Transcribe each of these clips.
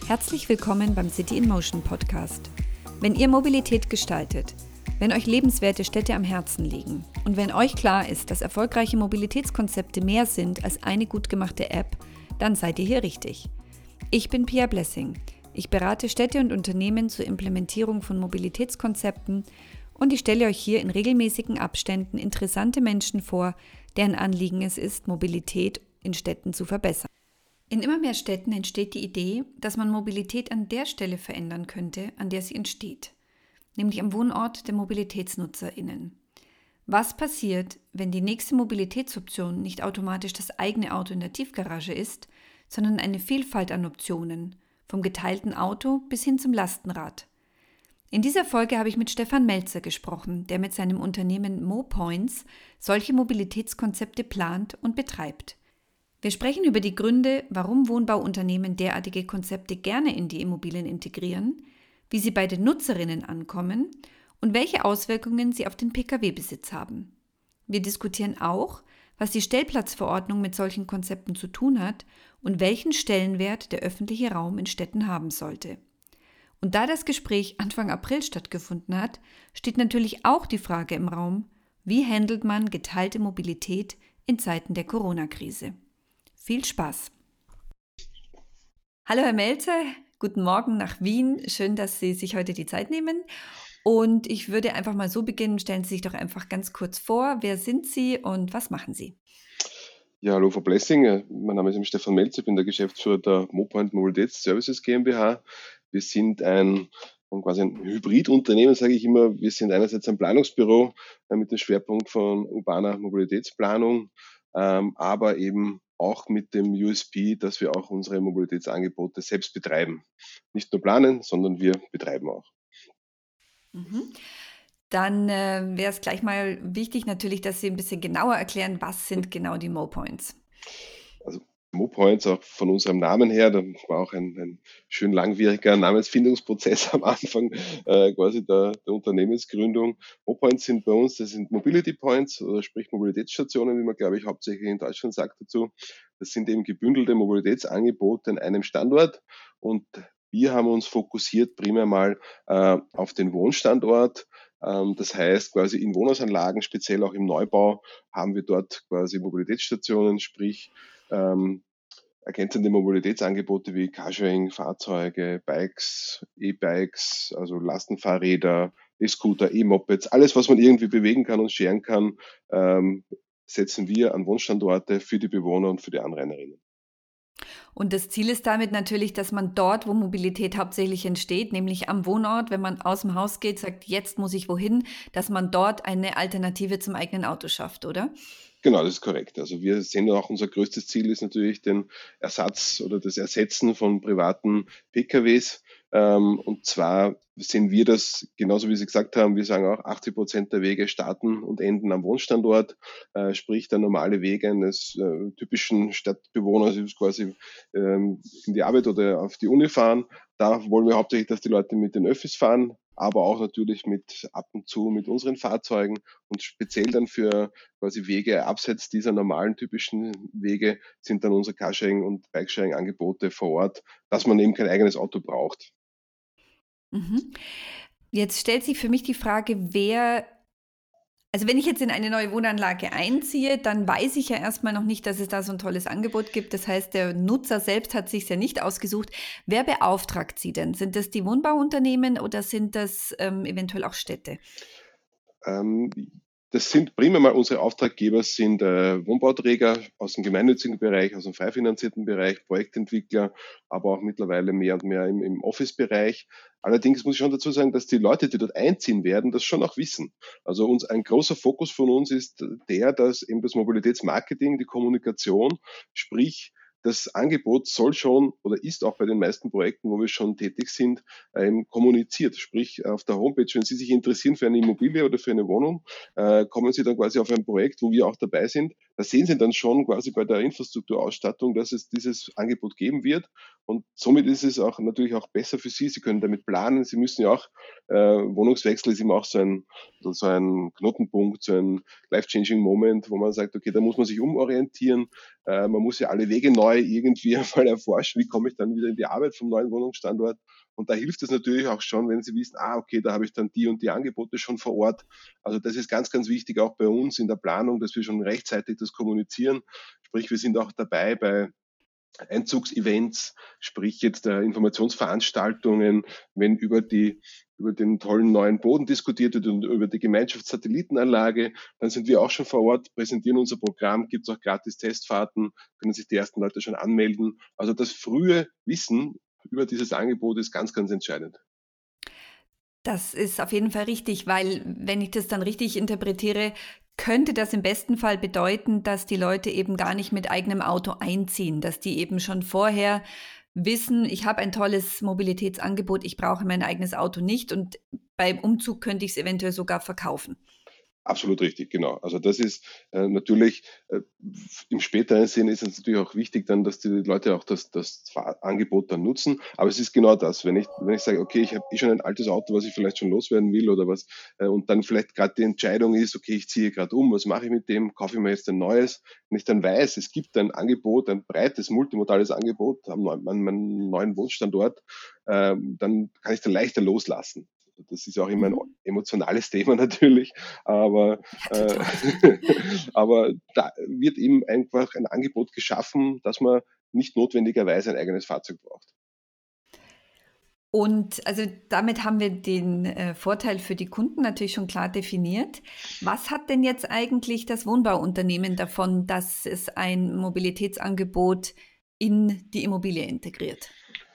Herzlich willkommen beim City in Motion Podcast. Wenn ihr Mobilität gestaltet, wenn euch lebenswerte Städte am Herzen liegen und wenn euch klar ist, dass erfolgreiche Mobilitätskonzepte mehr sind als eine gut gemachte App, dann seid ihr hier richtig. Ich bin Pia Blessing. Ich berate Städte und Unternehmen zur Implementierung von Mobilitätskonzepten und ich stelle euch hier in regelmäßigen Abständen interessante Menschen vor, deren Anliegen es ist, Mobilität in Städten zu verbessern. In immer mehr Städten entsteht die Idee, dass man Mobilität an der Stelle verändern könnte, an der sie entsteht, nämlich am Wohnort der MobilitätsnutzerInnen. Was passiert, wenn die nächste Mobilitätsoption nicht automatisch das eigene Auto in der Tiefgarage ist, sondern eine Vielfalt an Optionen, vom geteilten Auto bis hin zum Lastenrad? In dieser Folge habe ich mit Stefan Melzer gesprochen, der mit seinem Unternehmen MoPoints solche Mobilitätskonzepte plant und betreibt. Wir sprechen über die Gründe, warum Wohnbauunternehmen derartige Konzepte gerne in die Immobilien integrieren, wie sie bei den Nutzerinnen ankommen und welche Auswirkungen sie auf den Pkw-Besitz haben. Wir diskutieren auch, was die Stellplatzverordnung mit solchen Konzepten zu tun hat und welchen Stellenwert der öffentliche Raum in Städten haben sollte. Und da das Gespräch Anfang April stattgefunden hat, steht natürlich auch die Frage im Raum, wie handelt man geteilte Mobilität in Zeiten der Corona-Krise? Viel Spaß! Hallo Herr Melzer, guten Morgen nach Wien. Schön, dass Sie sich heute die Zeit nehmen. Und ich würde einfach mal so beginnen, stellen Sie sich doch einfach ganz kurz vor. Wer sind Sie und was machen Sie? Ja, hallo Frau Blessing, mein Name ist Stefan Melzer, ich bin der Geschäftsführer der MoPoint Mobilitätsservices GmbH. Wir sind quasi ein Hybridunternehmen, sage ich immer. Wir sind einerseits ein Planungsbüro mit dem Schwerpunkt von urbaner Mobilitätsplanung, aber eben auch mit dem USP, dass wir auch unsere Mobilitätsangebote selbst betreiben. Nicht nur planen, sondern wir betreiben auch. Dann wäre es gleich mal wichtig natürlich, dass Sie ein bisschen genauer erklären, was sind genau die MoPoints? Also MoPoints, auch von unserem Namen her, da war auch ein schön langwieriger Namensfindungsprozess am Anfang quasi der Unternehmensgründung. MoPoints sind bei uns, das sind Mobility Points, oder sprich Mobilitätsstationen, wie man, glaube ich, hauptsächlich in Deutschland sagt dazu. Das sind eben gebündelte Mobilitätsangebote an einem Standort und wir haben uns fokussiert primär mal auf den Wohnstandort. Das heißt, quasi in Wohnhausanlagen, speziell auch im Neubau, haben wir dort quasi Mobilitätsstationen, sprich ergänzende Mobilitätsangebote wie Carsharing, Fahrzeuge, Bikes, E-Bikes, also Lastenfahrräder, E-Scooter, E-Mopeds, alles, was man irgendwie bewegen kann und scheren kann, setzen wir an Wohnstandorte für die Bewohner und für die Anrainerinnen. Und das Ziel ist damit natürlich, dass man dort, wo Mobilität hauptsächlich entsteht, nämlich am Wohnort, wenn man aus dem Haus geht, sagt, jetzt muss ich wohin, dass man dort eine Alternative zum eigenen Auto schafft, oder? Genau, das ist korrekt. Also wir sehen auch, unser größtes Ziel ist natürlich den Ersatz oder das Ersetzen von privaten PKWs. Und zwar sehen wir das, genauso wie Sie gesagt haben, wir sagen auch, 80% der Wege starten und enden am Wohnstandort. Sprich, der normale Weg eines typischen Stadtbewohners ist quasi in die Arbeit oder auf die Uni fahren. Da wollen wir hauptsächlich, dass die Leute mit den Öffis fahren, aber auch natürlich mit ab und zu mit unseren Fahrzeugen und speziell dann für quasi Wege abseits dieser normalen typischen Wege sind dann unsere Carsharing- und Bikesharing-Angebote vor Ort, dass man eben kein eigenes Auto braucht. Mhm. Jetzt stellt sich für mich die Frage, also wenn ich jetzt in eine neue Wohnanlage einziehe, dann weiß ich ja erstmal noch nicht, dass es da so ein tolles Angebot gibt. Das heißt, der Nutzer selbst hat sich ja nicht ausgesucht. Wer beauftragt Sie denn? Sind das die Wohnbauunternehmen oder sind das eventuell auch Städte? Ähm, Das sind primär mal unsere Auftraggeber sind Wohnbauträger aus dem gemeinnützigen Bereich, aus dem frei finanzierten Bereich, Projektentwickler, aber auch mittlerweile mehr und mehr im Office-Bereich. Allerdings muss ich schon dazu sagen, dass die Leute, die dort einziehen werden, das schon auch wissen. Also ein großer Fokus von uns ist der, dass eben das Mobilitätsmarketing, die Kommunikation, sprich das Angebot soll schon oder ist auch bei den meisten Projekten, wo wir schon tätig sind, kommuniziert. Sprich, auf der Homepage, wenn Sie sich interessieren für eine Immobilie oder für eine Wohnung, kommen Sie dann quasi auf ein Projekt, wo wir auch dabei sind, da sehen Sie dann schon quasi bei der Infrastrukturausstattung, dass es dieses Angebot geben wird. Und somit ist es auch natürlich auch besser für Sie. Sie können damit planen. Sie müssen ja auch, Wohnungswechsel ist immer auch so ein Knotenpunkt, so ein life-changing Moment, wo man sagt, okay, da muss man sich umorientieren. Man muss ja alle Wege neu irgendwie einmal erforschen. Wie komme ich dann wieder in die Arbeit vom neuen Wohnungsstandort? Und da hilft es natürlich auch schon, wenn Sie wissen, okay, da habe ich dann die und die Angebote schon vor Ort. Also das ist ganz, ganz wichtig, auch bei uns in der Planung, dass wir schon rechtzeitig das kommunizieren. Sprich, wir sind auch dabei bei Einzugsevents, sprich jetzt Informationsveranstaltungen, wenn über den tollen neuen Boden diskutiert wird und über die Gemeinschaftssatellitenanlage, dann sind wir auch schon vor Ort, präsentieren unser Programm, gibt es auch gratis Testfahrten, können sich die ersten Leute schon anmelden. Also das frühe Wissen über dieses Angebot ist ganz, ganz entscheidend. Das ist auf jeden Fall richtig, weil wenn ich das dann richtig interpretiere, könnte das im besten Fall bedeuten, dass die Leute eben gar nicht mit eigenem Auto einziehen, dass die eben schon vorher wissen, ich habe ein tolles Mobilitätsangebot, ich brauche mein eigenes Auto nicht und beim Umzug könnte ich es eventuell sogar verkaufen. Absolut richtig, genau. Also das ist natürlich im späteren Sinn ist es natürlich auch wichtig dann, dass die Leute auch das Angebot dann nutzen. Aber es ist genau das, wenn ich sage, okay, ich habe schon ein altes Auto, was ich vielleicht schon loswerden will oder was, und dann vielleicht gerade die Entscheidung ist, okay, ich ziehe gerade um, was mache ich mit dem, kaufe ich mir jetzt ein neues. Wenn ich dann weiß, es gibt ein Angebot, ein breites, multimodales Angebot an meinem neuen Wohnstandort, dann kann ich dann leichter loslassen. Das ist auch immer ein emotionales Thema natürlich, aber, aber da wird eben einfach ein Angebot geschaffen, dass man nicht notwendigerweise ein eigenes Fahrzeug braucht. Und also damit haben wir den Vorteil für die Kunden natürlich schon klar definiert. Was hat denn jetzt eigentlich das Wohnbauunternehmen davon, dass es ein Mobilitätsangebot in die Immobilie integriert?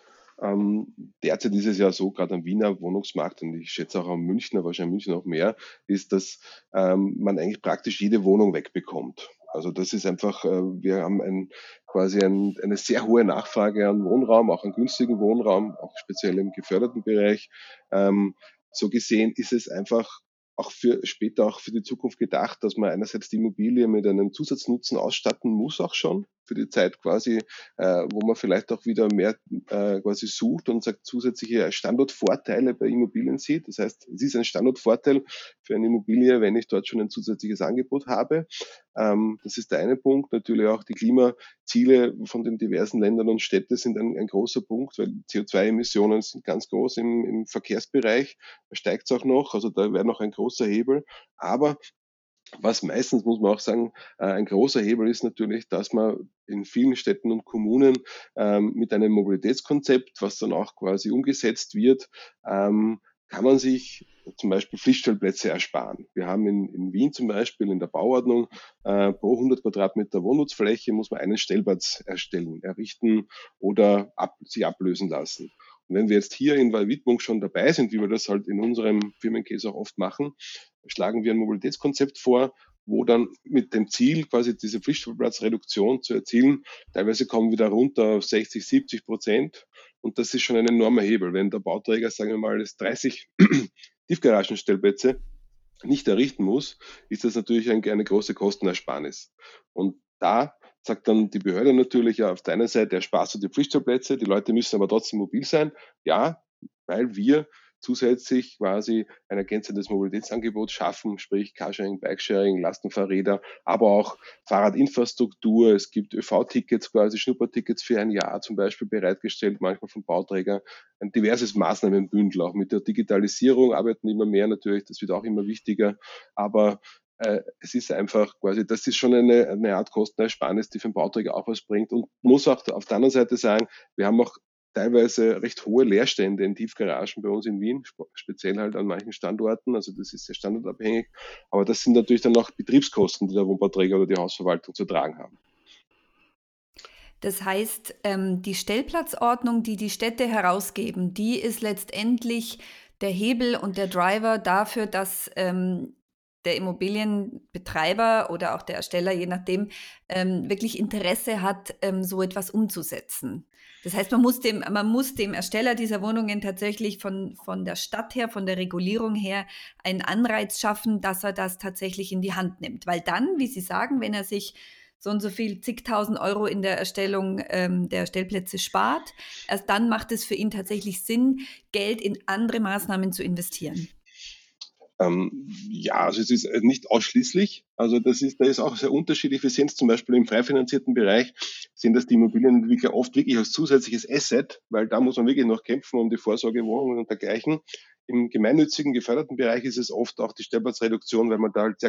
Derzeit ist es ja so, gerade am Wiener Wohnungsmarkt und ich schätze auch am Münchner, wahrscheinlich München noch mehr, ist, dass man eigentlich praktisch jede Wohnung wegbekommt. Also das ist einfach, wir haben quasi eine sehr hohe Nachfrage an Wohnraum, auch an günstigen Wohnraum, auch speziell im geförderten Bereich. So gesehen ist es einfach auch später auch für die Zukunft gedacht, dass man einerseits die Immobilie mit einem Zusatznutzen ausstatten muss, auch schon für die Zeit quasi, wo man vielleicht auch wieder mehr quasi sucht und sagt, zusätzliche Standortvorteile bei Immobilien sieht. Das heißt, es ist ein Standortvorteil für eine Immobilie, wenn ich dort schon ein zusätzliches Angebot habe. Das ist der eine Punkt. Natürlich auch die Klimaziele von den diversen Ländern und Städten sind ein großer Punkt, weil CO2-Emissionen sind ganz groß im Verkehrsbereich. Da steigt es auch noch, also da wäre noch ein großer Hebel. Aber was meistens, muss man auch sagen, ein großer Hebel ist natürlich, dass man in vielen Städten und Kommunen mit einem Mobilitätskonzept, was dann auch quasi umgesetzt wird, kann man sich zum Beispiel Pflichtstellplätze ersparen. Wir haben in Wien zum Beispiel in der Bauordnung pro 100 Quadratmeter Wohnnutzfläche muss man einen Stellplatz errichten oder sich ablösen lassen. Und wenn wir jetzt hier in Wallwitmung schon dabei sind, wie wir das halt in unserem Firmencase auch oft machen, schlagen wir ein Mobilitätskonzept vor, wo dann mit dem Ziel, quasi diese Pflichtstellplatzreduktion zu erzielen, teilweise kommen wir da runter auf 60-70%. Und das ist schon ein enormer Hebel. Wenn der Bauträger, sagen wir mal, 30 Tiefgaragenstellplätze nicht errichten muss, ist das natürlich eine große Kostenersparnis. Und da sagt dann die Behörde natürlich, ja, auf der einen Seite ersparst du die Pflichtstellplätze, die Leute müssen aber trotzdem mobil sein. Ja, weil wir zusätzlich quasi ein ergänzendes Mobilitätsangebot schaffen, sprich Carsharing, Bikesharing, Lastenfahrräder, aber auch Fahrradinfrastruktur. Es gibt ÖV-Tickets, quasi Schnuppertickets für ein Jahr zum Beispiel bereitgestellt, manchmal vom Bauträger. Ein diverses Maßnahmenbündel. Auch mit der Digitalisierung arbeiten immer mehr natürlich, das wird auch immer wichtiger. Aber es ist einfach quasi, das ist schon eine Art Kostenersparnis, die für den Bauträger auch was bringt und muss auch auf der anderen Seite sagen, wir haben auch teilweise recht hohe Leerstände in Tiefgaragen bei uns in Wien, speziell halt an manchen Standorten, also das ist sehr standortabhängig, aber das sind natürlich dann auch Betriebskosten, die der Wohnbauträger oder die Hausverwaltung zu tragen haben. Das heißt, die Stellplatzordnung, die die Städte herausgeben, die ist letztendlich der Hebel und der Driver dafür, dass der Immobilienbetreiber oder auch der Ersteller, je nachdem, wirklich Interesse hat, so etwas umzusetzen. Das heißt, man muss dem Ersteller dieser Wohnungen tatsächlich von der Stadt her, von der Regulierung her, einen Anreiz schaffen, dass er das tatsächlich in die Hand nimmt. Weil dann, wie Sie sagen, wenn er sich so und so viel zigtausend Euro in der Erstellung der Stellplätze spart. Erst dann macht es für ihn tatsächlich Sinn, Geld in andere Maßnahmen zu investieren. Ja, also es ist nicht ausschließlich. Also da ist auch sehr unterschiedlich. Wir sehen es zum Beispiel im frei finanzierten Bereich, sehen das die Immobilienentwickler oft wirklich als zusätzliches Asset, weil da muss man wirklich noch kämpfen um die Vorsorgewohnungen und dergleichen. Im gemeinnützigen, geförderten Bereich ist es oft auch die Stellplatzreduktion, weil man da halt sehr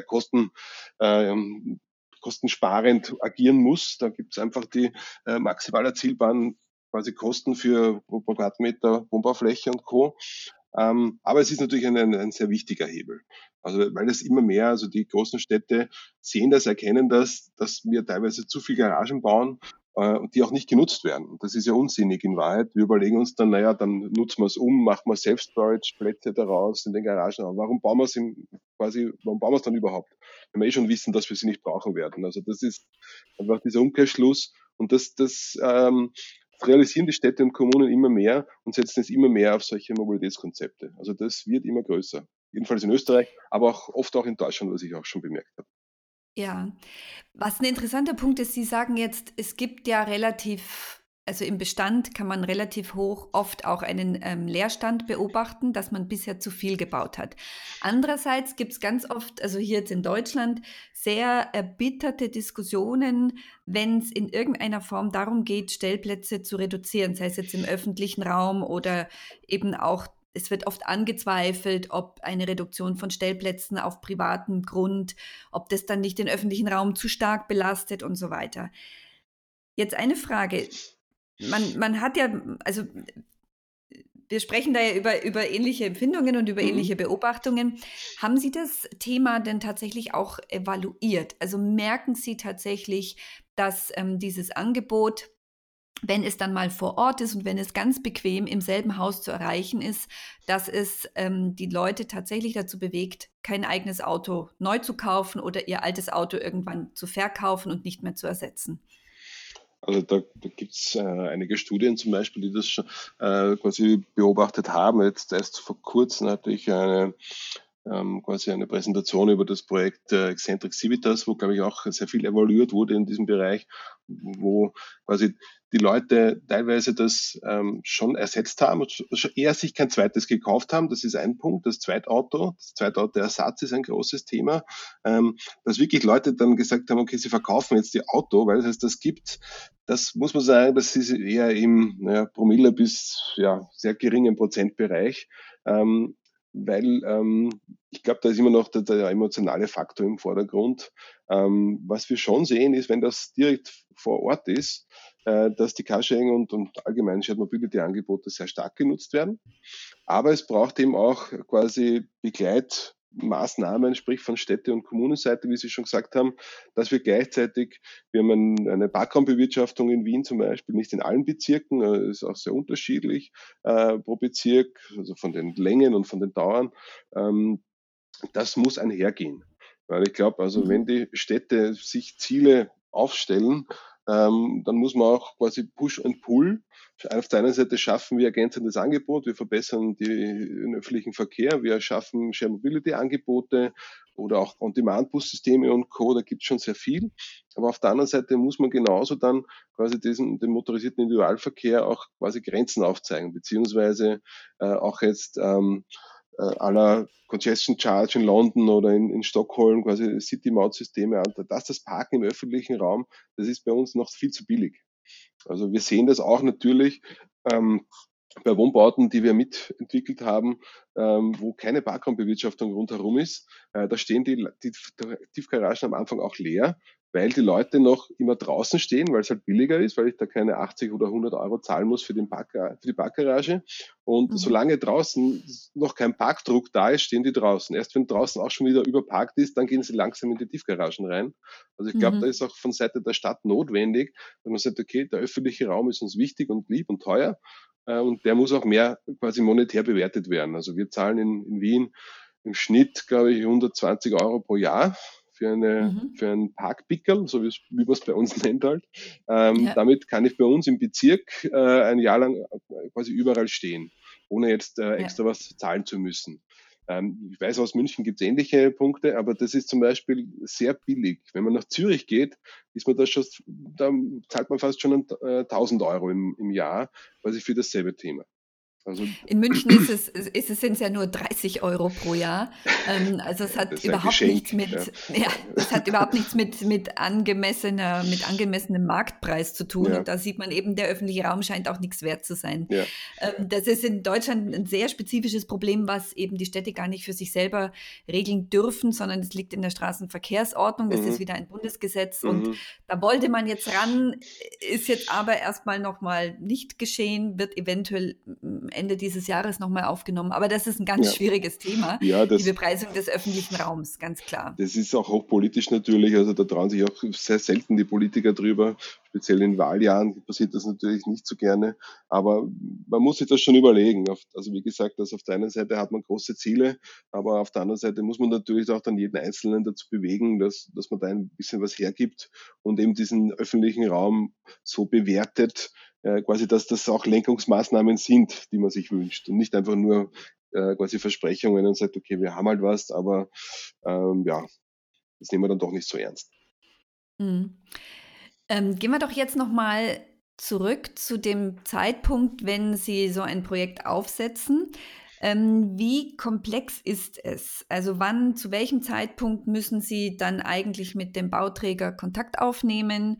kostensparend agieren muss. Da gibt es einfach die maximal erzielbaren quasi Kosten für pro Quadratmeter Wohnbaufläche und Co. Aber es ist natürlich ein sehr wichtiger Hebel. Also weil das immer mehr, also die großen Städte sehen das, erkennen das, dass wir teilweise zu viel Garagen bauen, die auch nicht genutzt werden. Und das ist ja unsinnig in Wahrheit. Wir überlegen uns dann, naja, dann nutzen wir es um, machen wir Self-Storage-Plätze daraus in den Garagen. Aber warum bauen wir es warum bauen wir es dann überhaupt? Wenn wir eh schon wissen, dass wir sie nicht brauchen werden. Also das ist einfach dieser Umkehrschluss. Und das realisieren die Städte und Kommunen immer mehr und setzen es immer mehr auf solche Mobilitätskonzepte. Also das wird immer größer. Jedenfalls in Österreich, aber auch oft auch in Deutschland, was ich auch schon bemerkt habe. Ja, was ein interessanter Punkt ist, Sie sagen jetzt, es gibt ja also im Bestand kann man relativ hoch oft auch einen Leerstand beobachten, dass man bisher zu viel gebaut hat. Andererseits gibt es ganz oft, also hier jetzt in Deutschland, sehr erbitterte Diskussionen, wenn es in irgendeiner Form darum geht, Stellplätze zu reduzieren, sei es jetzt im öffentlichen Raum oder eben auch, es wird oft angezweifelt, ob eine Reduktion von Stellplätzen auf privatem Grund, ob das dann nicht den öffentlichen Raum zu stark belastet und so weiter. Jetzt eine Frage. Man hat ja, also wir sprechen da ja über ähnliche Empfindungen und über ähnliche Beobachtungen. Haben Sie das Thema denn tatsächlich auch evaluiert? Also merken Sie tatsächlich, dass dieses Angebot, wenn es dann mal vor Ort ist und wenn es ganz bequem im selben Haus zu erreichen ist, dass es die Leute tatsächlich dazu bewegt, kein eigenes Auto neu zu kaufen oder ihr altes Auto irgendwann zu verkaufen und nicht mehr zu ersetzen? Also da gibt es einige Studien zum Beispiel, die das schon quasi beobachtet haben. Jetzt erst vor kurzem hatte ich quasi eine Präsentation über das Projekt Excentric Civitas, wo, glaube ich, auch sehr viel evaluiert wurde in diesem Bereich, wo quasi die Leute teilweise das schon ersetzt haben und eher sich kein zweites gekauft haben. Das ist ein Punkt. Das Zweitautoersatz ist ein großes Thema. Dass wirklich Leute dann gesagt haben, okay, sie verkaufen jetzt ihr Auto, weil es das gibt. Das muss man sagen, das ist eher im Promille bis sehr geringen Prozentbereich. Weil ich glaube, da ist immer noch der emotionale Faktor im Vordergrund. Was wir schon sehen, ist, wenn das direkt vor Ort ist, dass die Carsharing und allgemein Shared Mobility Angebote sehr stark genutzt werden. Aber es braucht eben auch quasi Begleitmaßnahmen, sprich von Städte- und Kommunenseite, wie Sie schon gesagt haben, dass wir gleichzeitig, wir haben eine Parkraumbewirtschaftung in Wien zum Beispiel, nicht in allen Bezirken, ist auch sehr unterschiedlich pro Bezirk, also von den Längen und von den Dauern. Das muss einhergehen. Weil ich glaube, also wenn die Städte sich Ziele aufstellen, dann muss man auch quasi Push und Pull. Auf der einen Seite schaffen wir ergänzendes Angebot, wir verbessern den öffentlichen Verkehr, wir schaffen Share Mobility Angebote oder auch On-Demand-Bussysteme und Co. Da gibt es schon sehr viel. Aber auf der anderen Seite muss man genauso dann quasi dem motorisierten Individualverkehr auch quasi Grenzen aufzeigen, beziehungsweise auch jetzt aller Congestion Charge in London oder in Stockholm, quasi City-Maut-Systeme an, dass das Parken im öffentlichen Raum, das ist bei uns noch viel zu billig. Also wir sehen das auch natürlich bei Wohnbauten, die wir mitentwickelt haben, wo keine Parkraumbewirtschaftung rundherum ist. Da stehen die Tiefgaragen am Anfang auch leer, weil die Leute noch immer draußen stehen, weil es halt billiger ist, weil ich da keine 80 oder 100 Euro zahlen muss für die Parkgarage. Und solange draußen noch kein Parkdruck da ist, stehen die draußen. Erst wenn draußen auch schon wieder überparkt ist, dann gehen sie langsam in die Tiefgaragen rein. Also ich glaube, da ist auch von Seite der Stadt notwendig, wenn man sagt, okay, der öffentliche Raum ist uns wichtig und lieb und teuer, und der muss auch mehr quasi monetär bewertet werden. Also wir zahlen in Wien im Schnitt, glaube ich, 120 Euro pro Jahr für einen Parkpickel, so wie man es bei uns nennt halt. Ja. Damit kann ich bei uns im Bezirk ein Jahr lang quasi überall stehen, ohne jetzt extra was zahlen zu müssen. Ich weiß, aus München gibt es ähnliche Punkte, aber das ist zum Beispiel sehr billig. Wenn man nach Zürich geht, ist man da schon, da zahlt man fast schon 1.000 Euro im Jahr, quasi für dasselbe Thema. Also In München sind es ja nur 30 Euro pro Jahr. Also es das hat ist ein überhaupt nichts Geschenk. Ja, mit, ja, es hat überhaupt nichts mit angemessenem Marktpreis zu tun. ja, Und da sieht man eben, der öffentliche Raum scheint auch nichts wert zu sein. ja. Das ist in Deutschland ein sehr spezifisches Problem, was eben die Städte gar nicht für sich selber regeln dürfen, sondern es liegt in der Straßenverkehrsordnung. Das ist Mhm, wieder ein Bundesgesetz und mhm. da wollte man jetzt ran, ist jetzt aber erstmal nochmal nicht geschehen, wird eventuell Ende dieses Jahres nochmal aufgenommen. Aber das ist ein ganz Ja, schwieriges Thema, ja, die das, Bepreisung des öffentlichen Raums, ganz klar. das ist auch hochpolitisch natürlich. Also da trauen sich auch sehr selten die Politiker drüber. Speziell in Wahljahren passiert das natürlich nicht so gerne. Aber man muss sich das schon überlegen. Also wie gesagt, also auf der einen Seite hat man große Ziele, aber auf der anderen Seite muss man natürlich auch dann jeden Einzelnen dazu bewegen, dass man da ein bisschen was hergibt und eben diesen öffentlichen Raum so bewertet, quasi, dass das auch Lenkungsmaßnahmen sind, die man sich wünscht und nicht einfach nur quasi Versprechungen und sagt, okay, wir haben halt was, aber ja, das nehmen wir dann doch nicht so ernst. Mhm. Gehen wir doch jetzt nochmal zurück zu dem Zeitpunkt, wenn Sie so ein Projekt aufsetzen. Wie komplex ist es? Also wann, zu welchem Zeitpunkt müssen Sie dann eigentlich mit dem Bauträger Kontakt aufnehmen?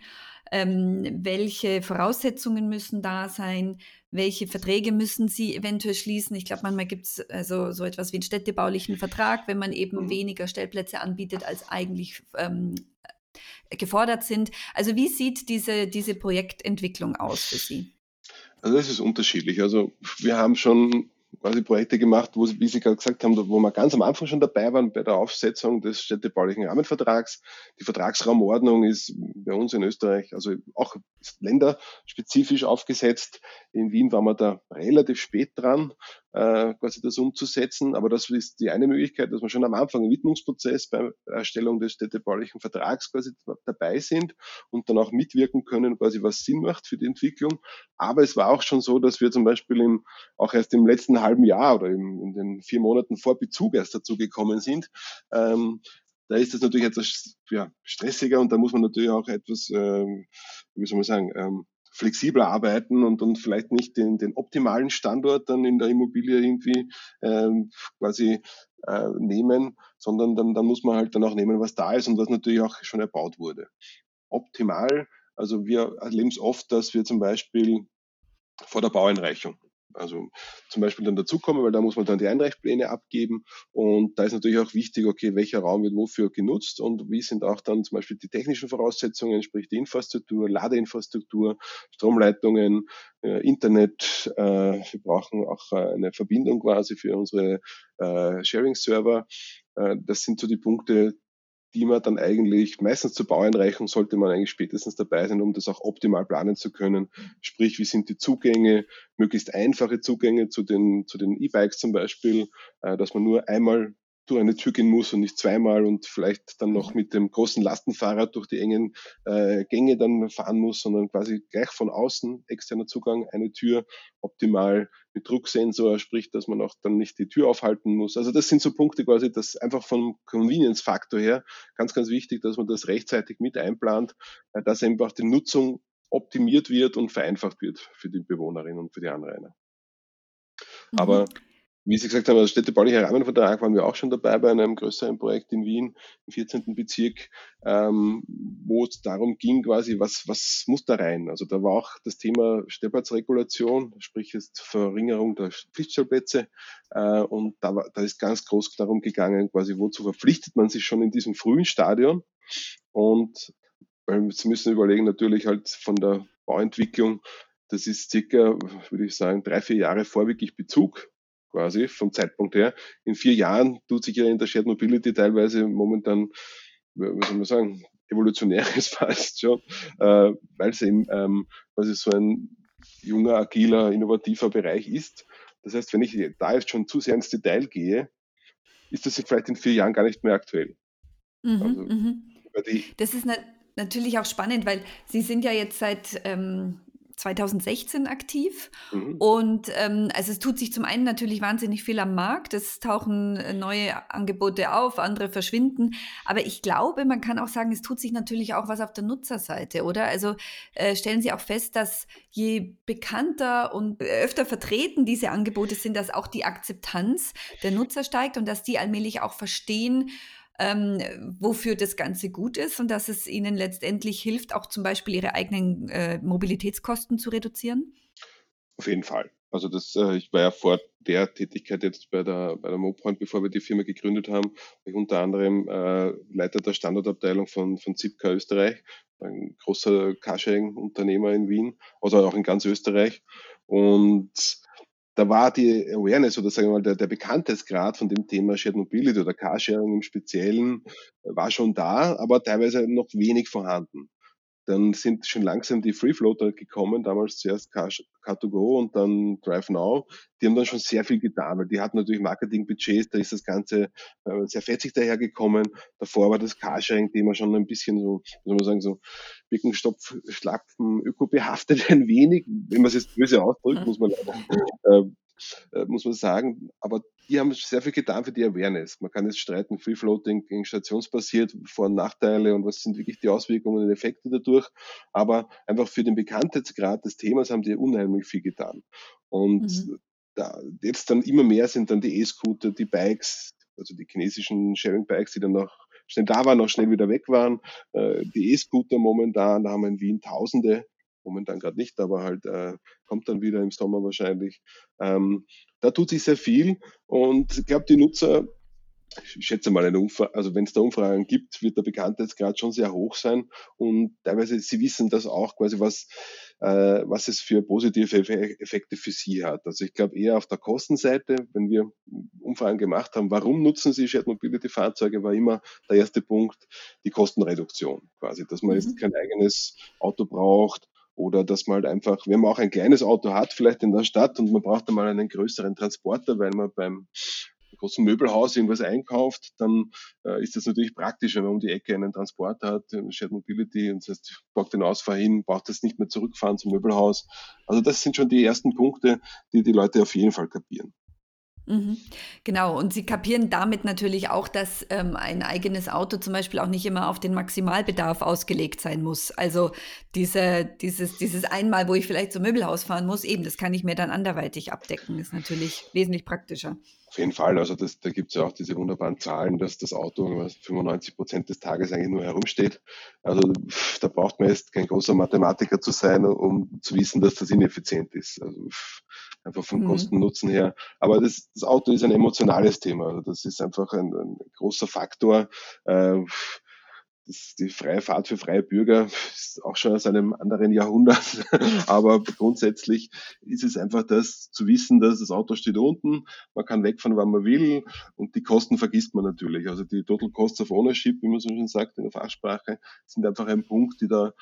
Welche Voraussetzungen müssen da sein? Welche Verträge müssen Sie eventuell schließen? Ich glaube, manchmal gibt es also so etwas wie einen städtebaulichen Vertrag, wenn man eben Mhm. weniger Stellplätze anbietet, als eigentlich gefordert sind. Also wie sieht diese Projektentwicklung aus für Sie? Also das ist unterschiedlich. Also wir haben schon quasi Projekte gemacht, wo, wie Sie gerade gesagt haben, wo wir ganz am Anfang schon dabei waren bei der Aufsetzung des städtebaulichen Rahmenvertrags. Die Vertragsraumordnung ist bei uns in Österreich, also auch länderspezifisch aufgesetzt. In Wien waren wir da relativ spät dran, quasi das umzusetzen. Aber das ist die eine Möglichkeit, dass wir schon am Anfang im Widmungsprozess bei der Erstellung des städtebaulichen Vertrags quasi dabei sind und dann auch mitwirken können, quasi was Sinn macht für die Entwicklung. Aber es war auch schon so, dass wir zum Beispiel auch erst im letzten halben Jahr oder in den 4 Monaten vor Bezug erst dazu gekommen sind. Da ist das natürlich etwas stressiger und da muss man natürlich auch etwas, wie soll man sagen, flexibler arbeiten und vielleicht nicht den optimalen Standort dann in der Immobilie irgendwie quasi nehmen, sondern dann muss man halt dann auch nehmen, was da ist und was natürlich auch schon erbaut wurde. Optimal, also wir erleben es oft, dass wir zum Beispiel vor der Baueinreichung. Also zum Beispiel dann dazukommen, weil da muss man dann die Einreichpläne abgeben und da ist natürlich auch wichtig, okay, welcher Raum wird wofür genutzt und wie sind auch dann zum Beispiel die technischen Voraussetzungen, sprich die Infrastruktur, Ladeinfrastruktur, Stromleitungen, Internet. Wir brauchen auch eine Verbindung quasi für unsere Sharing-Server. Das sind so die Punkte, die man dann eigentlich, meistens zur Baueinreichung sollte man eigentlich spätestens dabei sein, um das auch optimal planen zu können. Sprich, wie sind die Zugänge, möglichst einfache Zugänge zu den E-Bikes zum Beispiel, dass man nur einmal durch eine Tür gehen muss und nicht zweimal und vielleicht dann noch mit dem großen Lastenfahrrad durch die engen Gänge dann fahren muss, sondern quasi gleich von außen, externer Zugang, eine Tür, optimal mit Drucksensor, sprich, dass man auch dann nicht die Tür aufhalten muss. Also das sind so Punkte quasi, das einfach vom Convenience-Faktor her ganz, ganz wichtig, dass man das rechtzeitig mit einplant, dass einfach die Nutzung optimiert wird und vereinfacht wird für die Bewohnerinnen und für die Anrainer. Mhm. Aber wie Sie gesagt haben, als städtebaulicher Rahmenvertrag waren wir auch schon dabei bei einem größeren Projekt in Wien, im 14. Bezirk, wo es darum ging, quasi, was muss da rein? Also da war auch das Thema Stellplatzregulation, sprich jetzt Verringerung der Pflichtstellplätze. Und da ist ganz groß darum gegangen, quasi, wozu verpflichtet man sich schon in diesem frühen Stadion? Und weil Sie müssen überlegen, natürlich halt von der Bauentwicklung, das ist circa, würde ich sagen, 3, 4 Jahre vor wirklich Bezug quasi vom Zeitpunkt her. In 4 Jahren tut sich ja in der Shared Mobility teilweise momentan, wie soll man sagen, evolutionäres fast schon, weil es eben quasi so ein junger, agiler, innovativer Bereich ist. Das heißt, wenn ich da jetzt schon zu sehr ins Detail gehe, ist das vielleicht in 4 Jahren gar nicht mehr aktuell. Mhm, Also mhm. über die, Das ist natürlich auch spannend, weil Sie sind ja jetzt seit 2016 aktiv. Mhm. Und also es tut sich zum einen natürlich wahnsinnig viel am Markt. Es tauchen neue Angebote auf, andere verschwinden. Aber ich glaube, man kann auch sagen, es tut sich natürlich auch was auf der Nutzerseite, oder? Also stellen Sie auch fest, dass je bekannter und öfter vertreten diese Angebote sind, dass auch die Akzeptanz der Nutzer steigt und dass die allmählich auch verstehen, wofür das Ganze gut ist und dass es ihnen letztendlich hilft, auch zum Beispiel ihre eigenen Mobilitätskosten zu reduzieren? Auf jeden Fall. Also ich war ja vor der Tätigkeit jetzt bei der MoPoint, bevor wir die Firma gegründet haben, war ich unter anderem Leiter der Standortabteilung von Zipcar Österreich, ein großer Carsharing-Unternehmer in Wien, also auch in ganz Österreich. Und da war die Awareness oder sagen wir mal der Bekanntheitsgrad von dem Thema Shared Mobility oder Carsharing im Speziellen war schon da, aber teilweise noch wenig vorhanden. Dann sind schon langsam die Free Floater gekommen, damals zuerst Car2Go und dann DriveNow. Die haben dann schon sehr viel getan, weil die hatten natürlich Marketingbudgets, da ist das Ganze sehr fetzig dahergekommen. Davor war das Carsharing-Thema schon ein bisschen so, wie soll man sagen, so Birkenstopf, Schlappen, ökobehaftet ein wenig, wenn man es jetzt böse ausdrückt, muss man leider muss man sagen. Aber die haben sehr viel getan für die Awareness. Man kann jetzt streiten, Free Floating gegen stationsbasiert, Vor- und Nachteile und was sind wirklich die Auswirkungen und Effekte dadurch. Aber einfach für den Bekanntheitsgrad des Themas haben die unheimlich viel getan. Und Mhm. jetzt dann immer mehr sind dann die E-Scooter, die Bikes, also die chinesischen Sharing-Bikes, die dann noch schnell da waren, noch schnell wieder weg waren. Die E-Scooter momentan, da haben wir in Wien Tausende, momentan gerade nicht, aber halt kommt dann wieder im Sommer wahrscheinlich. Da tut sich sehr viel und ich glaube, die Nutzer, ich schätze mal, also wenn es da Umfragen gibt, wird der Bekanntheitsgrad schon sehr hoch sein und teilweise, sie wissen das auch quasi, was es für positive Effekte für sie hat. Also ich glaube eher auf der Kostenseite, wenn wir Umfragen gemacht haben, warum nutzen sie Shared Mobility Fahrzeuge, war immer der erste Punkt die Kostenreduktion quasi, dass man jetzt Mhm. kein eigenes Auto braucht, oder dass man halt einfach, wenn man auch ein kleines Auto hat, vielleicht in der Stadt und man braucht einmal einen größeren Transporter, weil man beim großen Möbelhaus irgendwas einkauft, dann ist das natürlich praktisch, wenn man um die Ecke einen Transporter hat, Shared Mobility, und das heißt, ich pack den Ausfahr hin, braucht das nicht mehr zurückfahren zum Möbelhaus. Also das sind schon die ersten Punkte, die die Leute auf jeden Fall kapieren. Mhm. Genau, und Sie kapieren damit natürlich auch, dass ein eigenes Auto zum Beispiel auch nicht immer auf den Maximalbedarf ausgelegt sein muss. Also dieses einmal, wo ich vielleicht zum Möbelhaus fahren muss, eben, das kann ich mir dann anderweitig abdecken, ist natürlich wesentlich praktischer. Auf jeden Fall, also da gibt es ja auch diese wunderbaren Zahlen, dass das Auto 95% des Tages eigentlich nur herumsteht. Also da braucht man jetzt kein großer Mathematiker zu sein, um zu wissen, dass das ineffizient ist. Also einfach vom Mhm. Kosten-Nutzen her. Aber das Auto ist ein emotionales Thema. Also das ist einfach ein großer Faktor. Äh, Die freie Fahrt für freie Bürger ist auch schon aus einem anderen Jahrhundert. Aber grundsätzlich ist es einfach das zu wissen, dass das Auto steht unten, man kann wegfahren, wann man will und die Kosten vergisst man natürlich. Also die Total Costs of Ownership, wie man so schön sagt in der Fachsprache, sind einfach ein Punkt,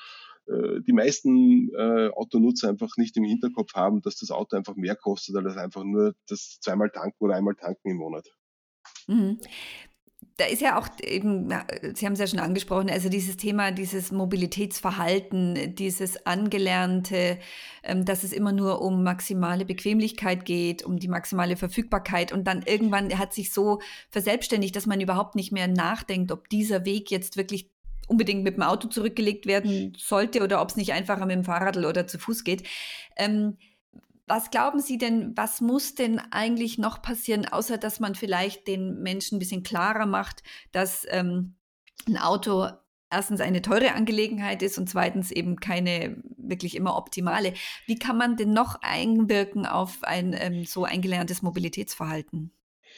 die meisten Autonutzer einfach nicht im Hinterkopf haben, dass das Auto einfach mehr kostet, als einfach nur das zweimal tanken oder einmal tanken im Monat. Mhm. Da ist ja auch eben, Sie haben es ja schon angesprochen, also dieses Thema, dieses Mobilitätsverhalten, dieses Angelernte, dass es immer nur um maximale Bequemlichkeit geht, um die maximale Verfügbarkeit und dann irgendwann hat sich so verselbstständigt, dass man überhaupt nicht mehr nachdenkt, ob dieser Weg jetzt wirklich unbedingt mit dem Auto zurückgelegt werden sollte oder ob es nicht einfacher mit dem Fahrrad oder zu Fuß geht. Ähm, Was glauben Sie denn, was muss denn eigentlich noch passieren, außer dass man vielleicht den Menschen ein bisschen klarer macht, dass 'n Auto erstens eine teure Angelegenheit ist und zweitens eben keine wirklich immer optimale. Wie kann man denn noch einwirken auf ein, so eingelerntes Mobilitätsverhalten?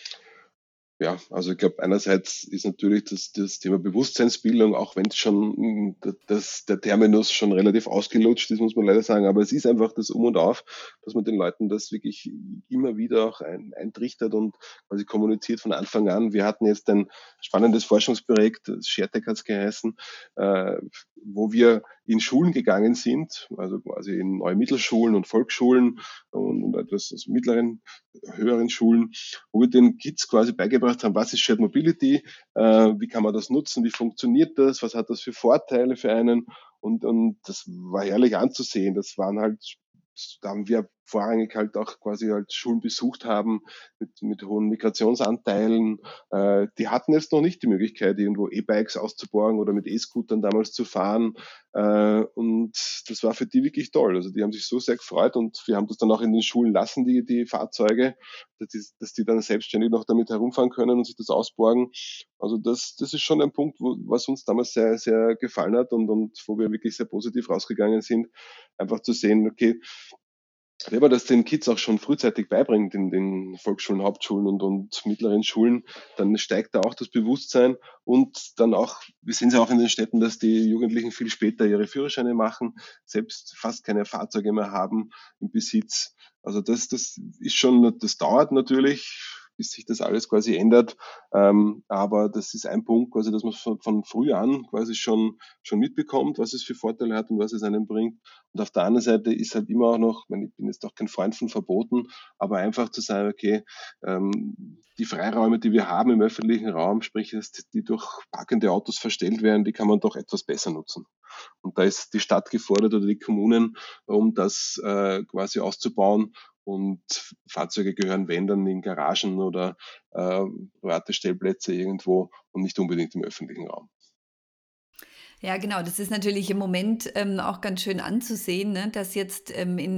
Ja, also ich glaube, einerseits ist natürlich das Thema Bewusstseinsbildung, auch wenn es schon der Terminus schon relativ ausgelutscht ist, muss man leider sagen, aber es ist einfach das Um und Auf, dass man den Leuten das wirklich immer wieder auch eintrichtert und quasi kommuniziert von Anfang an. Wir hatten jetzt ein spannendes Forschungsprojekt, ShareTech hat es geheißen, wo wir in Schulen gegangen sind, also quasi in neue Mittelschulen und Volksschulen und etwas aus mittleren, höheren Schulen, wo wir den Kids quasi beigebracht haben, was ist Shared Mobility, wie kann man das nutzen, wie funktioniert das, was hat das für Vorteile für einen und das war herrlich anzusehen. Das waren halt, da haben wir vorrangig halt auch quasi halt Schulen besucht haben mit hohen Migrationsanteilen. Die hatten jetzt noch nicht die Möglichkeit, irgendwo E-Bikes auszuborgen oder mit E-Scootern damals zu fahren. Und das war für die wirklich toll. Also die haben sich so sehr gefreut und wir haben das dann auch in den Schulen lassen, die Fahrzeuge, dass die dann selbstständig noch damit herumfahren können und sich das ausborgen. Also das ist schon ein Punkt, was uns damals sehr, sehr gefallen hat und wo wir wirklich sehr positiv rausgegangen sind. Einfach zu sehen, okay, wenn man das den Kids auch schon frühzeitig beibringt in den Volksschulen, Hauptschulen und mittleren Schulen, dann steigt da auch das Bewusstsein und dann auch, wir sehen es ja auch in den Städten, dass die Jugendlichen viel später ihre Führerscheine machen, selbst fast keine Fahrzeuge mehr haben im Besitz. Also das ist schon, das dauert natürlich, bis sich das alles quasi ändert. Aber das ist ein Punkt, quasi, dass man von früh an quasi schon mitbekommt, was es für Vorteile hat und was es einem bringt. Und auf der anderen Seite ist halt immer auch noch, ich meine, ich bin jetzt auch kein Freund von Verboten, aber einfach zu sagen, okay, die Freiräume, die wir haben im öffentlichen Raum, sprich, die durch parkende Autos verstellt werden, die kann man doch etwas besser nutzen. Und da ist die Stadt gefordert oder die Kommunen, um das quasi auszubauen. Und Fahrzeuge gehören, wenn dann, in Garagen oder private Stellplätze irgendwo und nicht unbedingt im öffentlichen Raum. Ja, genau. Das ist natürlich im Moment auch ganz schön anzusehen, ne? Dass jetzt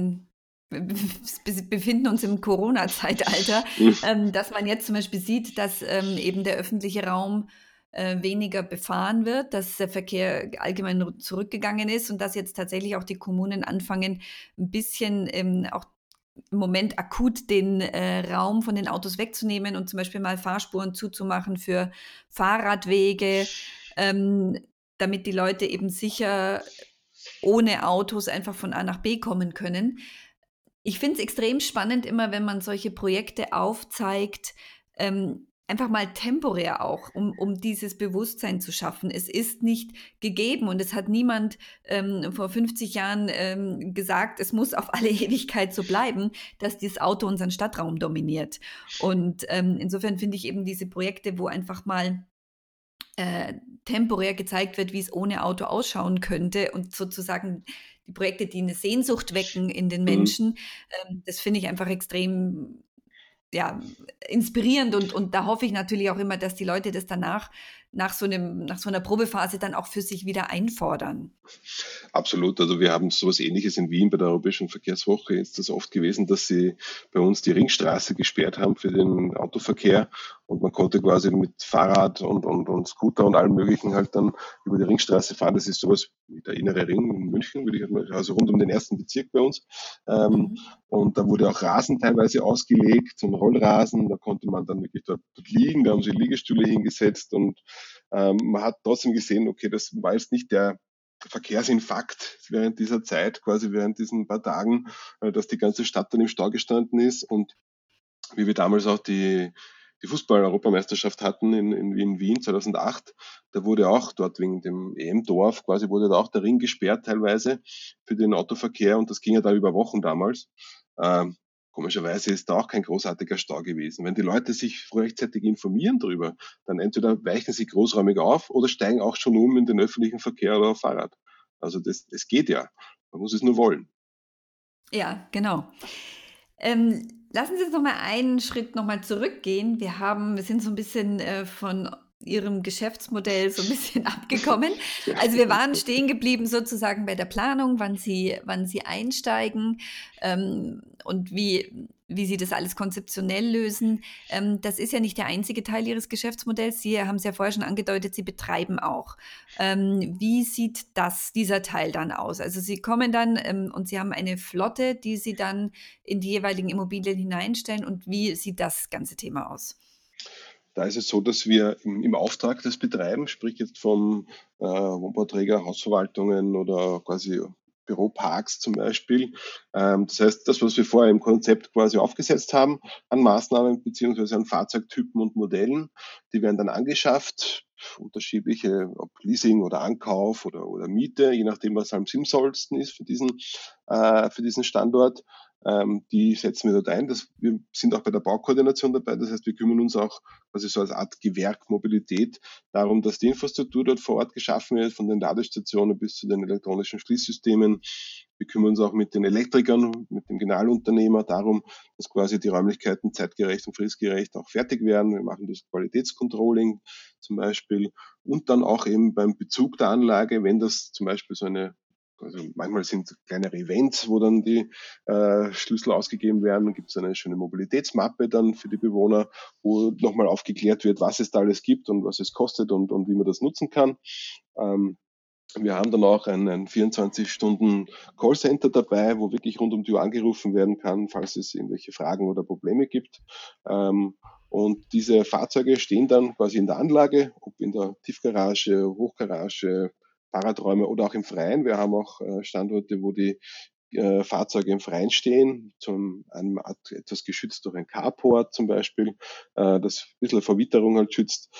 wir befinden uns im Corona-Zeitalter, dass man jetzt zum Beispiel sieht, dass eben der öffentliche Raum weniger befahren wird, dass der Verkehr allgemein zurückgegangen ist und dass jetzt tatsächlich auch die Kommunen anfangen, ein bisschen auch im Moment akut den Raum von den Autos wegzunehmen und zum Beispiel mal Fahrspuren zuzumachen für Fahrradwege, damit die Leute eben sicher ohne Autos einfach von A nach B kommen können. Ich finde es extrem spannend immer, wenn man solche Projekte aufzeigt, einfach mal temporär auch, um dieses Bewusstsein zu schaffen. Es ist nicht gegeben und es hat niemand vor 50 Jahren gesagt, es muss auf alle Ewigkeit so bleiben, dass dieses Auto unseren Stadtraum dominiert. Und insofern finde ich eben diese Projekte, wo einfach mal temporär gezeigt wird, wie es ohne Auto ausschauen könnte und sozusagen die Projekte, die eine Sehnsucht wecken in den Mhm. Menschen, das finde ich einfach extrem ja, inspirierend und da hoffe ich natürlich auch immer, dass die Leute das danach, nach so einer Probephase dann auch für sich wieder einfordern. Absolut. Also wir haben sowas Ähnliches in Wien bei der Europäischen Verkehrswoche. Jetzt ist das oft gewesen, dass sie bei uns die Ringstraße gesperrt haben für den Autoverkehr und man konnte quasi mit Fahrrad und Scooter und allem Möglichen halt dann über die Ringstraße fahren. Das ist sowas wie der innere Ring in München, würde ich mal, also rund um den ersten Bezirk bei uns. Ähm, Mhm. und da wurde auch Rasen teilweise ausgelegt, so ein Rollrasen. Da konnte man dann wirklich dort liegen. Da haben sie Liegestühle hingesetzt und man hat trotzdem gesehen, okay, das war jetzt nicht der Verkehrsinfarkt während dieser Zeit, quasi während diesen paar Tagen, dass die ganze Stadt dann im Stau gestanden ist und wie wir damals auch die Fußball-Europameisterschaft hatten in Wien 2008, da wurde auch dort wegen dem EM-Dorf quasi wurde da auch der Ring gesperrt teilweise für den Autoverkehr und das ging ja da über Wochen damals. Ähm, Komischerweise ist da auch kein großartiger Stau gewesen. Wenn die Leute sich rechtzeitig informieren darüber, dann entweder weichen sie großräumig auf oder steigen auch schon um in den öffentlichen Verkehr oder auf Fahrrad. Also das geht ja. Man muss es nur wollen. Ja, genau. Lassen Sie uns noch mal einen Schritt noch mal zurückgehen. Wir sind so ein bisschen von Ihrem Geschäftsmodell so ein bisschen abgekommen. Also wir waren stehen geblieben sozusagen bei der Planung, wann Sie einsteigen und wie Sie das alles konzeptionell lösen. Das ist ja nicht der einzige Teil Ihres Geschäftsmodells. Sie haben es ja vorher schon angedeutet, Sie betreiben auch. Wie sieht dieser Teil dann aus? Also Sie kommen dann und Sie haben eine Flotte, die Sie dann in die jeweiligen Immobilien hineinstellen und wie sieht das ganze Thema aus? Da ist es so, dass wir im Auftrag das betreiben, sprich jetzt vom Wohnbauträger, Hausverwaltungen oder quasi Büroparks zum Beispiel. Das heißt, das, was wir vorher im Konzept quasi aufgesetzt haben, an Maßnahmen beziehungsweise an Fahrzeugtypen und Modellen, die werden dann angeschafft, unterschiedliche, ob Leasing oder Ankauf oder Miete, je nachdem, was am sinnvollsten ist für diesen Standort. Die setzen wir dort ein. Wir sind auch bei der Baukoordination dabei. Das heißt, wir kümmern uns auch quasi so als Art Gewerk Mobilität darum, dass die Infrastruktur dort vor Ort geschaffen wird, von den Ladestationen bis zu den elektronischen Schließsystemen. Wir kümmern uns auch mit den Elektrikern, mit dem Generalunternehmer darum, dass quasi die Räumlichkeiten zeitgerecht und fristgerecht auch fertig werden. Wir machen das Qualitätscontrolling zum Beispiel und dann auch eben beim Bezug der Anlage, wenn das zum Beispiel also manchmal sind kleinere Events, wo dann die Schlüssel ausgegeben werden. Dann gibt es eine schöne Mobilitätsmappe dann für die Bewohner, wo nochmal aufgeklärt wird, was es da alles gibt und was es kostet und wie man das nutzen kann. Wir haben dann auch ein 24-Stunden-Callcenter dabei, wo wirklich rund um die Uhr angerufen werden kann, falls es irgendwelche Fragen oder Probleme gibt. Und diese Fahrzeuge stehen dann quasi in der Anlage, ob in der Tiefgarage, Hochgarage, Fahrradräume oder auch im Freien. Wir haben auch Standorte, wo die Fahrzeuge im Freien stehen, einem etwas geschützt durch ein Carport zum Beispiel, das ein bisschen vor Witterung halt schützt.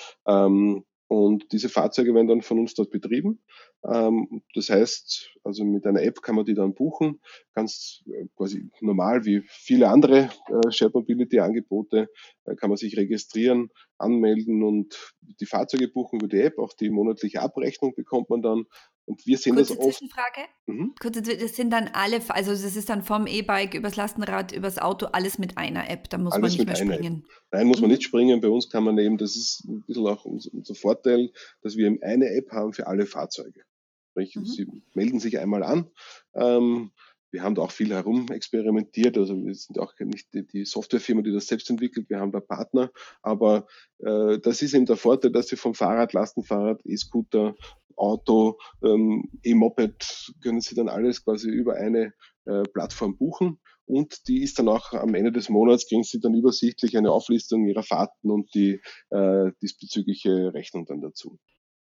Und diese Fahrzeuge werden dann von uns dort betrieben. Das heißt, also mit einer App kann man die dann buchen, ganz quasi normal wie viele andere Shared Mobility Angebote, kann man sich registrieren, anmelden und die Fahrzeuge buchen über die App. Auch die monatliche Abrechnung bekommt man dann. Und wir sehen das Kurze oft. Zwischenfrage. Mhm. Das sind dann also das ist dann vom E-Bike übers Lastenrad, übers Auto, alles mit einer App. Da muss man Alles nicht mit mehr einer App. springen. Nein, muss man nicht Mhm. springen. Bei uns kann man eben, das ist ein bisschen auch unser Vorteil, dass wir eben eine App haben für alle Fahrzeuge. Sprich, Mhm. Sie melden sich einmal an. Ähm, Wir haben da auch viel herumexperimentiert. Also wir sind auch nicht die Softwarefirma, die das selbst entwickelt. Wir haben da Partner. Aber das ist eben der Vorteil, dass Sie vom Fahrrad, Lastenfahrrad, E-Scooter, Auto, E-Moped können Sie dann alles quasi über eine Plattform buchen. Und die ist dann auch am Ende des Monats, kriegen Sie dann übersichtlich eine Auflistung Ihrer Fahrten und die diesbezügliche Rechnung dann dazu.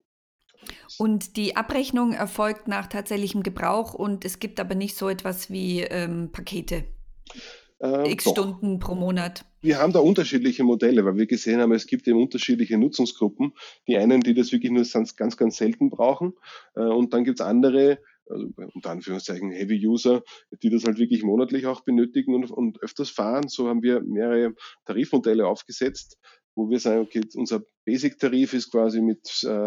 Und die Abrechnung erfolgt nach tatsächlichem Gebrauch und es gibt aber nicht so etwas wie Pakete. X Doch, Stunden pro Monat. wir haben da unterschiedliche Modelle, weil wir gesehen haben, es gibt eben unterschiedliche Nutzungsgruppen. Die einen, die das wirklich nur ganz, ganz selten brauchen. Und dann gibt es andere, also unter Anführungszeichen Heavy User, die das halt wirklich monatlich auch benötigen und öfters fahren. So haben wir mehrere Tarifmodelle aufgesetzt, wo wir sagen, okay, unser Basic-Tarif ist quasi mit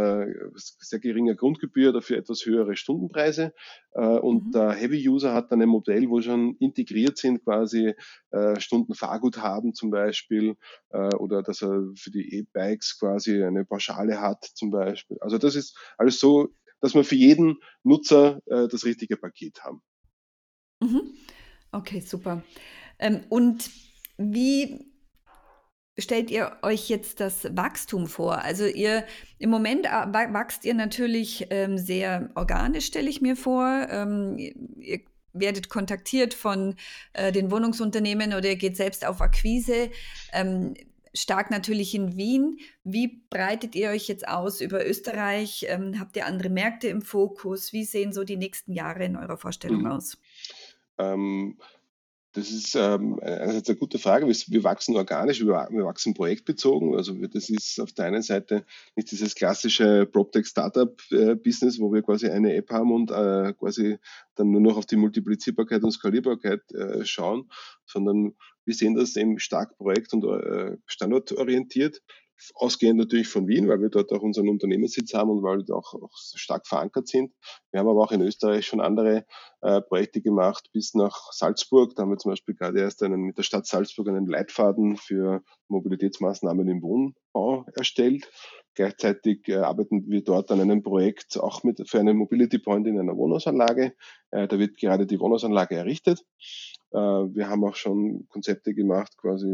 sehr geringer Grundgebühr, dafür etwas höhere Stundenpreise. Und Mhm. der Heavy-User hat dann ein Modell, wo schon integriert sind quasi Stunden Fahrgut haben zum Beispiel oder dass er für die E-Bikes quasi eine Pauschale hat zum Beispiel. Also das ist alles so, dass wir für jeden Nutzer das richtige Paket haben. Mhm. Okay, super. Und wie stellt ihr euch jetzt das Wachstum vor? Also im Moment wachst ihr natürlich sehr organisch, stelle ich mir vor. Ihr werdet kontaktiert von den Wohnungsunternehmen oder ihr geht selbst auf Akquise. Ähm, Stark natürlich in Wien. Wie breitet ihr euch jetzt aus über Österreich? Habt ihr andere Märkte im Fokus? Wie sehen so die nächsten Jahre in eurer Vorstellung Mhm. aus? Ähm, Das ist einerseits eine gute Frage. Wir wachsen organisch, wir wachsen projektbezogen. Also das ist auf der einen Seite nicht dieses klassische PropTech-Startup-Business, wo wir quasi eine App haben und quasi dann nur noch auf die Multiplizierbarkeit und Skalierbarkeit schauen, sondern wir sehen das eben stark projekt- und standortorientiert. Ausgehend natürlich von Wien, weil wir dort auch unseren Unternehmenssitz haben und weil wir auch stark verankert sind. Wir haben aber auch in Österreich schon andere Projekte gemacht bis nach Salzburg. Da haben wir zum Beispiel gerade erst mit der Stadt Salzburg einen Leitfaden für Mobilitätsmaßnahmen im Wohnbau erstellt. Gleichzeitig arbeiten wir dort an einem Projekt auch für einen Mobility Point in einer Wohnhausanlage. Da wird gerade die Wohnhausanlage errichtet. Wir haben auch schon Konzepte gemacht, quasi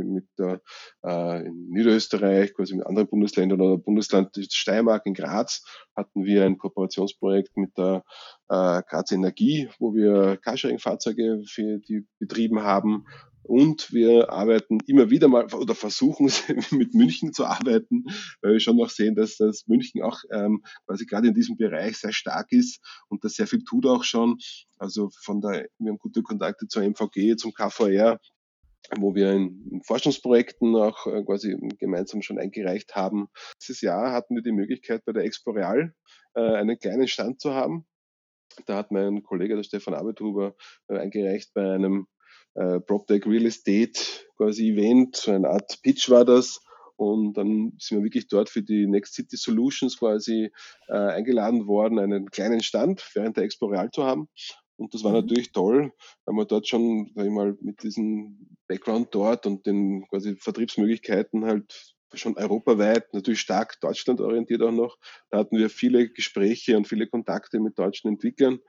in Niederösterreich, quasi mit anderen Bundesländern oder Bundesland Steiermark in Graz hatten wir ein Kooperationsprojekt mit der Graz Energie, wo wir Carsharing-Fahrzeuge für die betrieben haben. Und wir arbeiten immer wieder mal oder versuchen mit München zu arbeiten, weil wir schon noch sehen, dass das München auch quasi gerade in diesem Bereich sehr stark ist und das sehr viel tut auch schon. Also wir haben gute Kontakte zur MVG, zum KVR, wo wir in Forschungsprojekten auch quasi gemeinsam schon eingereicht haben. Dieses Jahr hatten wir die Möglichkeit, bei der Expo Real einen kleinen Stand zu haben. Da hat mein Kollege, der Stefan Abethuber, eingereicht bei einem PropTech Real Estate quasi Event, so eine Art Pitch war das. Und dann sind wir wirklich dort für die Next City Solutions quasi eingeladen worden, einen kleinen Stand während der Expo Real zu haben. Und das war natürlich toll, weil man dort schon, sag ich mal, mit diesem Background dort und den quasi Vertriebsmöglichkeiten halt schon europaweit, natürlich stark Deutschland orientiert auch noch. Da hatten wir viele Gespräche und viele Kontakte mit deutschen Entwicklern,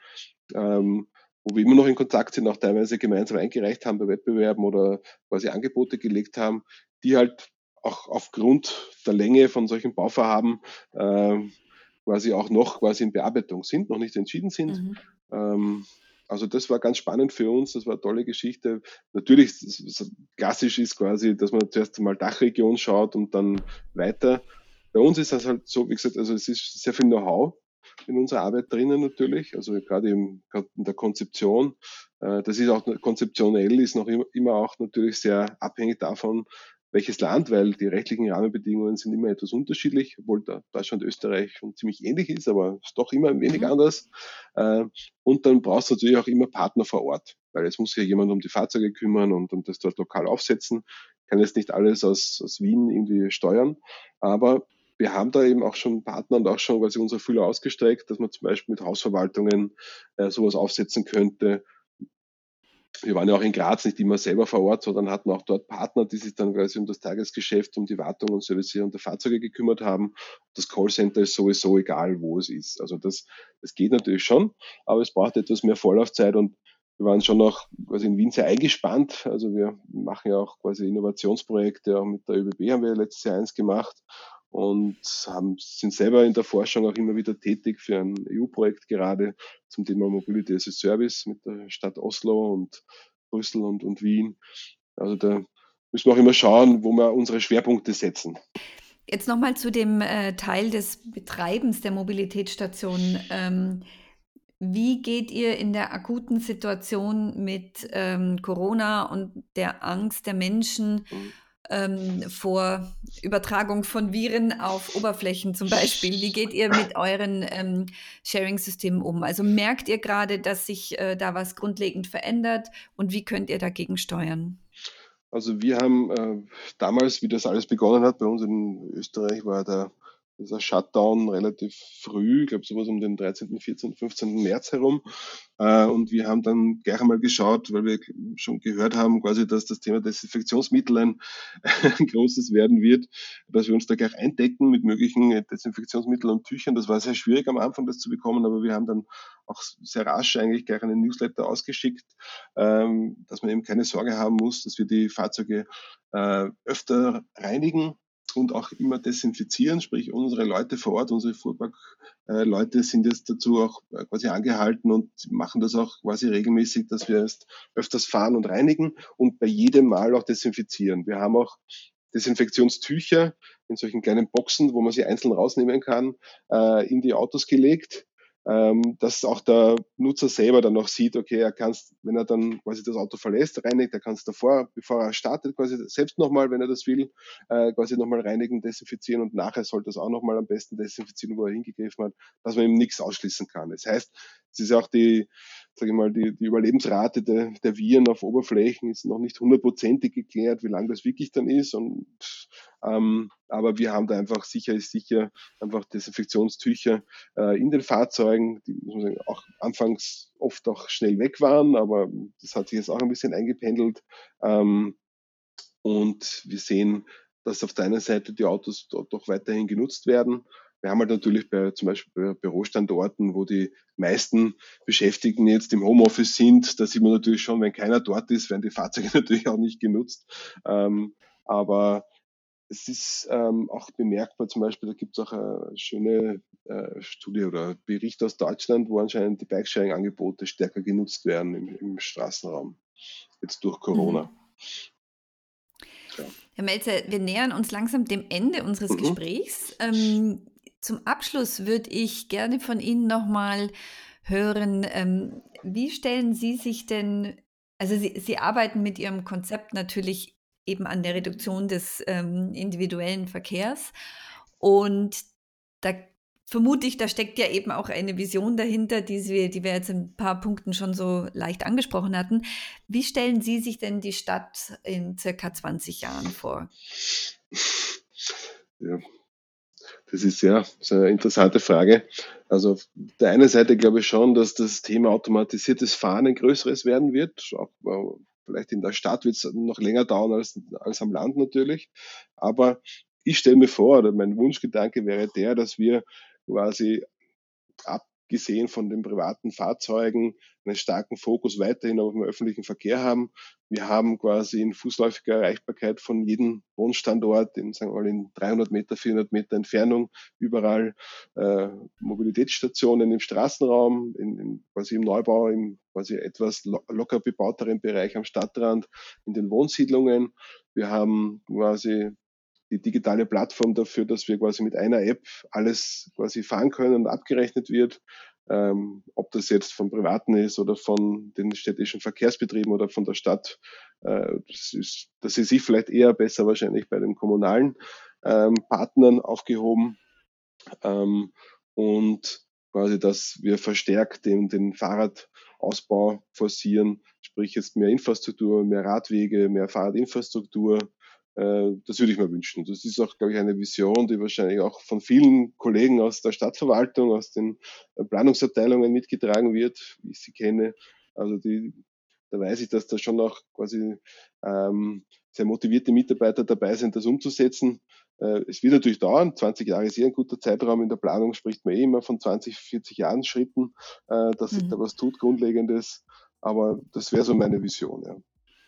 wo wir immer noch in Kontakt sind, auch teilweise gemeinsam eingereicht haben bei Wettbewerben oder quasi Angebote gelegt haben, die halt auch aufgrund der Länge von solchen Bauvorhaben quasi auch noch quasi in Bearbeitung sind, noch nicht entschieden sind. Also das war ganz spannend für uns, das war eine tolle Geschichte. Natürlich, klassisch ist quasi, dass man zuerst einmal Dachregion schaut und dann weiter. Bei uns ist das halt so, wie gesagt, also es ist sehr viel Know-how in unserer Arbeit drinnen natürlich, also gerade in der Konzeption. Das ist auch konzeptionell, ist noch immer auch natürlich sehr abhängig davon, welches Land, weil die rechtlichen Rahmenbedingungen sind immer etwas unterschiedlich, obwohl Deutschland, Österreich schon ziemlich ähnlich ist, aber ist doch immer ein wenig anders. Und dann brauchst du natürlich auch immer Partner vor Ort, weil es muss ja jemand um die Fahrzeuge kümmern und das dort lokal aufsetzen. Ich kann jetzt nicht alles aus Wien irgendwie steuern, aber wir haben da eben auch schon Partner und auch schon quasi unsere Fühler ausgestreckt, dass man zum Beispiel mit Hausverwaltungen sowas aufsetzen könnte. Wir waren ja auch in Graz nicht immer selber vor Ort, sondern hatten auch dort Partner, die sich dann quasi um das Tagesgeschäft, um die Wartung und Servicierung der Fahrzeuge gekümmert haben. Das Callcenter ist sowieso egal, wo es ist. Also das geht natürlich schon, aber es braucht etwas mehr Vorlaufzeit und wir waren schon auch quasi in Wien sehr eingespannt. Also wir machen ja auch quasi Innovationsprojekte. Auch mit der ÖBB haben wir letztes Jahr eins gemacht und sind selber in der Forschung auch immer wieder tätig für ein EU-Projekt gerade zum Thema Mobility as a Service mit der Stadt Oslo und Brüssel und Wien. Also da müssen wir auch immer schauen, wo wir unsere Schwerpunkte setzen. Jetzt nochmal zu dem Teil des Betreibens der Mobilitätsstation. Wie geht ihr in der akuten Situation mit Corona und der Angst der Menschen vor Übertragung von Viren auf Oberflächen zum Beispiel? Wie geht ihr mit euren Sharing-Systemen um? Also merkt ihr gerade, dass sich da was grundlegend verändert und wie könnt ihr dagegen steuern? Also wir haben damals, wie das alles begonnen hat, bei uns in Österreich war dieser Shutdown relativ früh, ich glaube sowas um den 13., 14., 15. März herum. Und wir haben dann gleich einmal geschaut, weil wir schon gehört haben, quasi, dass das Thema Desinfektionsmittel ein großes werden wird, dass wir uns da gleich eindecken mit möglichen Desinfektionsmitteln und Tüchern. Das war sehr schwierig am Anfang, das zu bekommen, aber wir haben dann auch sehr rasch eigentlich gleich einen Newsletter ausgeschickt, dass man eben keine Sorge haben muss, dass wir die Fahrzeuge öfter reinigen und auch immer desinfizieren, sprich unsere Leute vor Ort, unsere Fuhrpark-Leute sind jetzt dazu auch quasi angehalten und machen das auch quasi regelmäßig, dass wir jetzt öfters fahren und reinigen und bei jedem Mal auch desinfizieren. Wir haben auch Desinfektionstücher in solchen kleinen Boxen, wo man sie einzeln rausnehmen kann, in die Autos gelegt, dass auch der Nutzer selber dann noch sieht, okay, er kann es, wenn er dann quasi das Auto verlässt, reinigt, er kann es davor, bevor er startet, quasi selbst nochmal, wenn er das will, quasi nochmal reinigen, desinfizieren und nachher sollte es auch nochmal am besten desinfizieren, wo er hingegriffen hat, dass man eben nichts ausschließen kann. Das heißt, es ist auch die Überlebensrate der Viren auf Oberflächen ist noch nicht hundertprozentig geklärt, wie lange das wirklich dann ist. Aber wir haben da einfach sicher einfach Desinfektionstücher in den Fahrzeugen, die muss man sagen, auch anfangs oft auch schnell weg waren, aber das hat sich jetzt auch ein bisschen eingependelt. Und wir sehen, dass auf der einen Seite die Autos dort doch weiterhin genutzt werden. Wir haben halt natürlich zum Beispiel bei Bürostandorten, wo die meisten Beschäftigten jetzt im Homeoffice sind, da sieht man natürlich schon, wenn keiner dort ist, werden die Fahrzeuge natürlich auch nicht genutzt. Aber es ist auch bemerkbar, zum Beispiel, da gibt es auch eine schöne Studie oder Bericht aus Deutschland, wo anscheinend die Bikesharing-Angebote stärker genutzt werden im Straßenraum, jetzt durch Corona. Ja. Herr Melzer, wir nähern uns langsam dem Ende unseres Gesprächs. Zum Abschluss würde ich gerne von Ihnen nochmal hören, wie stellen Sie sich denn, also Sie arbeiten mit Ihrem Konzept natürlich eben an der Reduktion des individuellen Verkehrs und da vermute ich, da steckt ja eben auch eine Vision dahinter, die wir jetzt in ein paar Punkten schon so leicht angesprochen hatten. Wie stellen Sie sich denn die Stadt in circa 20 Jahren vor? Ja, das ist eine interessante Frage. Also auf der einen Seite glaube ich schon, dass das Thema automatisiertes Fahren ein größeres werden wird. Auch, vielleicht in der Stadt wird es noch länger dauern als am Land natürlich. Aber ich stelle mir vor, oder mein Wunschgedanke wäre der, dass wir quasi abgesehen von den privaten Fahrzeugen einen starken Fokus weiterhin auf den öffentlichen Verkehr haben. Wir haben quasi in fußläufiger Erreichbarkeit von jedem Wohnstandort in, sagen wir mal, in 300 Meter, 400 Meter Entfernung überall Mobilitätsstationen im Straßenraum, quasi im Neubau, im quasi etwas locker bebauteren Bereich am Stadtrand, in den Wohnsiedlungen. Wir haben quasi die digitale Plattform dafür, dass wir quasi mit einer App alles quasi fahren können und abgerechnet wird. Ob das jetzt von Privaten ist oder von den städtischen Verkehrsbetrieben oder von der Stadt, das ist sich vielleicht eher besser wahrscheinlich bei den kommunalen Partnern aufgehoben. Und quasi, dass wir verstärkt den Fahrradausbau forcieren, sprich jetzt mehr Infrastruktur, mehr Radwege, mehr Fahrradinfrastruktur. Das würde ich mir wünschen. Das ist auch, glaube ich, eine Vision, die wahrscheinlich auch von vielen Kollegen aus der Stadtverwaltung, aus den Planungsabteilungen mitgetragen wird, wie ich sie kenne. Also da weiß ich, dass da schon auch quasi sehr motivierte Mitarbeiter dabei sind, das umzusetzen. Es wird natürlich dauern. 20 Jahre ist ein guter Zeitraum. In der Planung spricht man immer von 20, 40 Jahren Schritten, dass sich da was tut, Grundlegendes. Aber das wäre so meine Vision, ja.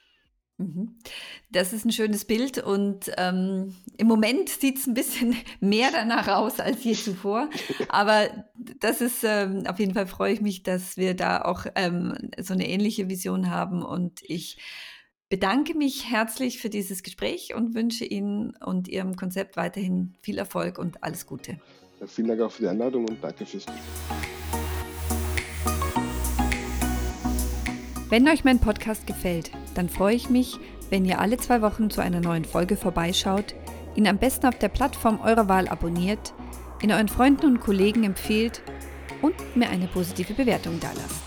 Das ist ein schönes Bild und im Moment sieht es ein bisschen mehr danach aus als je zuvor. Aber das ist auf jeden Fall freue ich mich, dass wir da auch so eine ähnliche Vision haben. Und ich bedanke mich herzlich für dieses Gespräch und wünsche Ihnen und Ihrem Konzept weiterhin viel Erfolg und alles Gute. Ja, vielen Dank auch für die Einladung und danke fürs Gespräch. Wenn euch mein Podcast gefällt, dann freue ich mich, wenn ihr alle 2 Wochen zu einer neuen Folge vorbeischaut, ihn am besten auf der Plattform eurer Wahl abonniert, ihn euren Freunden und Kollegen empfehlt und mir eine positive Bewertung dalasst.